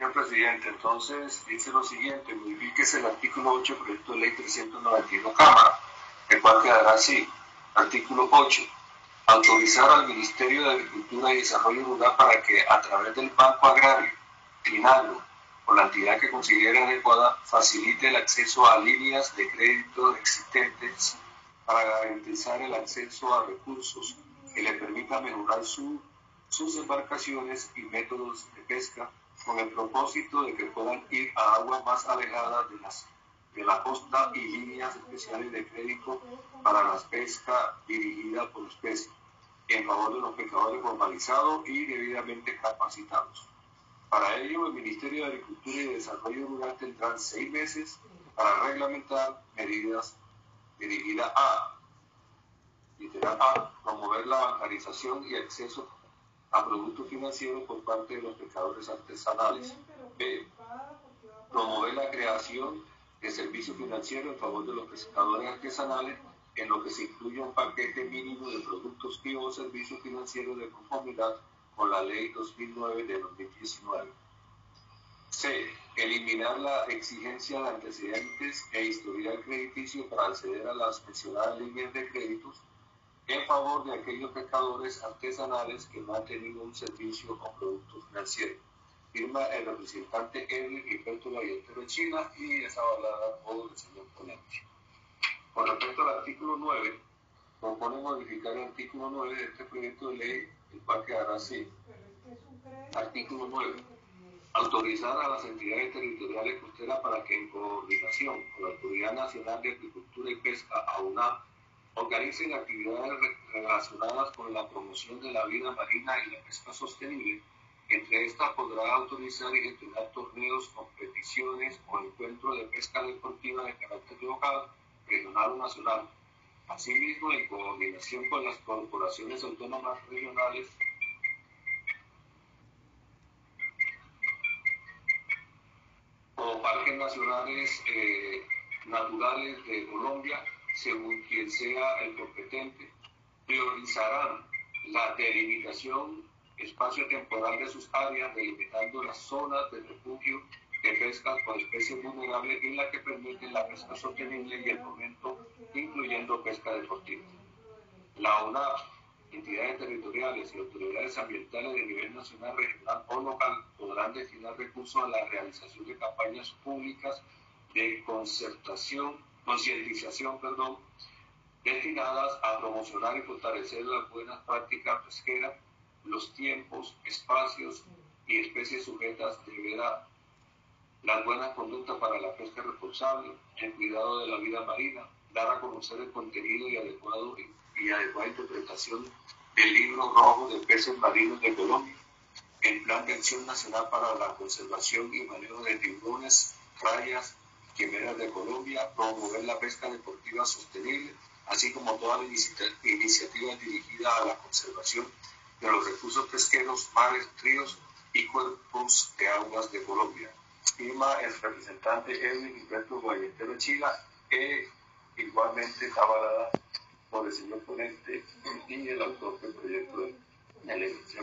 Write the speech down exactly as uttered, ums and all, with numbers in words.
Señor presidente, entonces dice lo siguiente: modifíquese el artículo ocho, proyecto de ley trescientos noventa y uno, Cámara, el cual quedará así. Artículo ocho. Autorizar al Ministerio de Agricultura y Desarrollo Rural para que, a través del Banco Agrario, Finagro, o la entidad que considere adecuada, facilite el acceso a líneas de crédito existentes para garantizar el acceso a recursos que le permita mejorar su, sus embarcaciones y métodos de pesca, con el propósito de que puedan ir a aguas más alejadas de, las, de la costa, y líneas especiales de crédito para la pesca dirigida por especies, en favor de los pescadores formalizados y debidamente capacitados. Para ello, el Ministerio de Agricultura y Desarrollo Rural tendrá seis meses para reglamentar medidas dirigidas a, literal A, promover la bancarización y acceso a productos financieros por parte de los pescadores artesanales. B, promover la creación de servicios financieros en favor de los pescadores artesanales, en lo que se incluye un paquete mínimo de productos y o servicios financieros de conformidad con la Ley dos mil nueve de dos mil diecinueve. C. Eliminar la exigencia de antecedentes e historial crediticio para acceder a las mencionadas líneas de créditos en favor de aquellos pescadores artesanales que no han tenido un servicio o producto financiero. Firma el representante Edwin Gilberto Ballester China y es avalada por el señor ponente. Con respecto al artículo nueve, propone modificar el artículo nueve de este proyecto de ley, el cual quedará así. Artículo nueve. Autorizar a las entidades territoriales costeras para que, en coordinación con la Autoridad Nacional de Agricultura y Pesca, AUNAP, organicen actividades relacionadas con la promoción de la vida marina y la pesca sostenible. Entre estas podrá autorizar y gestionar torneos, competiciones o encuentros de pesca deportiva de carácter local, regional o nacional. Asimismo, en coordinación con las corporaciones autónomas regionales, o parques nacionales eh, naturales de Colombia, según quien sea el competente, priorizarán la delimitación espacio-temporal de sus áreas, delimitando las zonas de refugio de pesca por especies vulnerables en la que permiten la pesca sostenible y el fomento, incluyendo pesca deportiva. La UNAP, entidades territoriales y autoridades ambientales de nivel nacional, regional o local podrán destinar recursos a la realización de campañas públicas de concertación, concientización, perdón, destinadas a promocionar y fortalecer las buenas prácticas pesqueras, los tiempos, espacios y especies sujetas de vera, las buenas conductas para la pesca responsable, el cuidado de la vida marina, dar a conocer el contenido y adecuado y adecuada interpretación del Libro Rojo de Peces Marinos de Colombia, el Plan de Acción Nacional para la Conservación y Manejo de Tiburones, Rayas y Quimeras de Colombia, promover la pesca deportiva sostenible, así como todas las iniciativas dirigidas a la conservación de los recursos pesqueros, mares, ríos y cuerpos de aguas de Colombia. Firma el representante Edwin Gilberto Ballester Chila, que igualmente está avalada por el señor ponente y el autor del proyecto de ley.